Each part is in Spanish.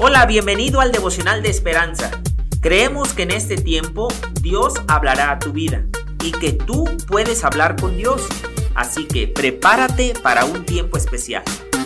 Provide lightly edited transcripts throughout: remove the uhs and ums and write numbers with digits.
Hola, bienvenido al Devocional de Esperanza. Creemos que en este tiempo Dios hablará a tu vida y que tú puedes hablar con Dios. Así que prepárate para un tiempo especial.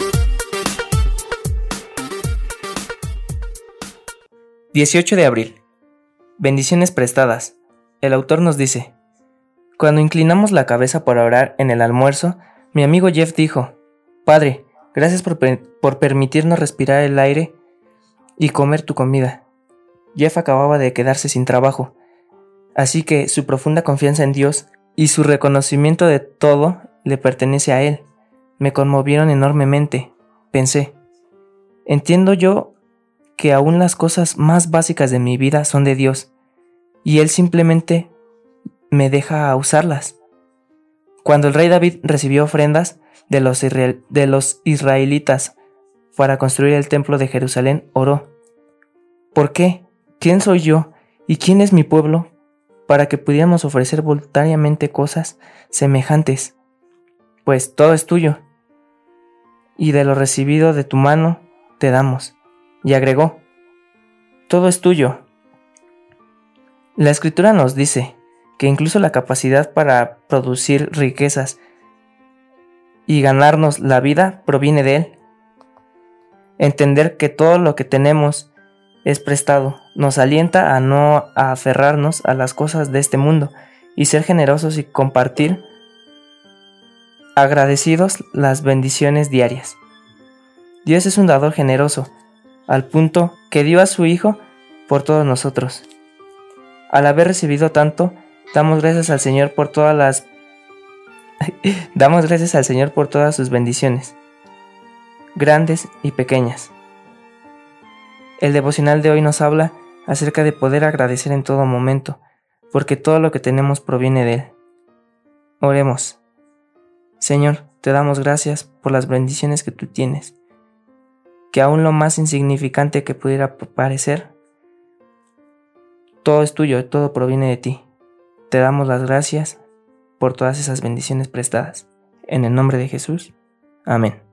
...18 de abril... Bendiciones prestadas. El autor nos dice: cuando inclinamos la cabeza para orar en el almuerzo, mi amigo Jeff dijo: Padre, gracias por permitirnos respirar el aire y comer tu comida. Jeff acababa de quedarse sin trabajo, así que su profunda confianza en Dios y su reconocimiento de todo le pertenece a Él me conmovieron enormemente. Pensé: entiendo yo que aún las cosas más básicas de mi vida son de Dios, y Él simplemente me deja usarlas. Cuando el rey David recibió ofrendas de los israelitas para construir el templo de Jerusalén, oró: ¿por qué? ¿Quién soy yo? ¿Y quién es mi pueblo? Para que pudiéramos ofrecer voluntariamente cosas semejantes. Pues todo es tuyo, y de lo recibido de tu mano te damos. Y agregó: todo es tuyo. La Escritura nos dice que incluso la capacidad para producir riquezas y ganarnos la vida proviene de Él. Entender que todo lo que tenemos es prestado nos alienta a no aferrarnos a las cosas de este mundo y ser generosos y compartir agradecidos las bendiciones diarias. Dios es un dador generoso, al punto que dio a su Hijo por todos nosotros. Al haber recibido tanto, damos gracias al Señor por todas sus bendiciones, grandes y pequeñas. El devocional de hoy nos habla acerca de poder agradecer en todo momento, porque todo lo que tenemos proviene de Él. Oremos. Señor, te damos gracias por las bendiciones que tú tienes, que aún lo más insignificante que pudiera parecer, todo es tuyo, todo proviene de ti. Te damos las gracias por todas esas bendiciones prestadas. En el nombre de Jesús. Amén.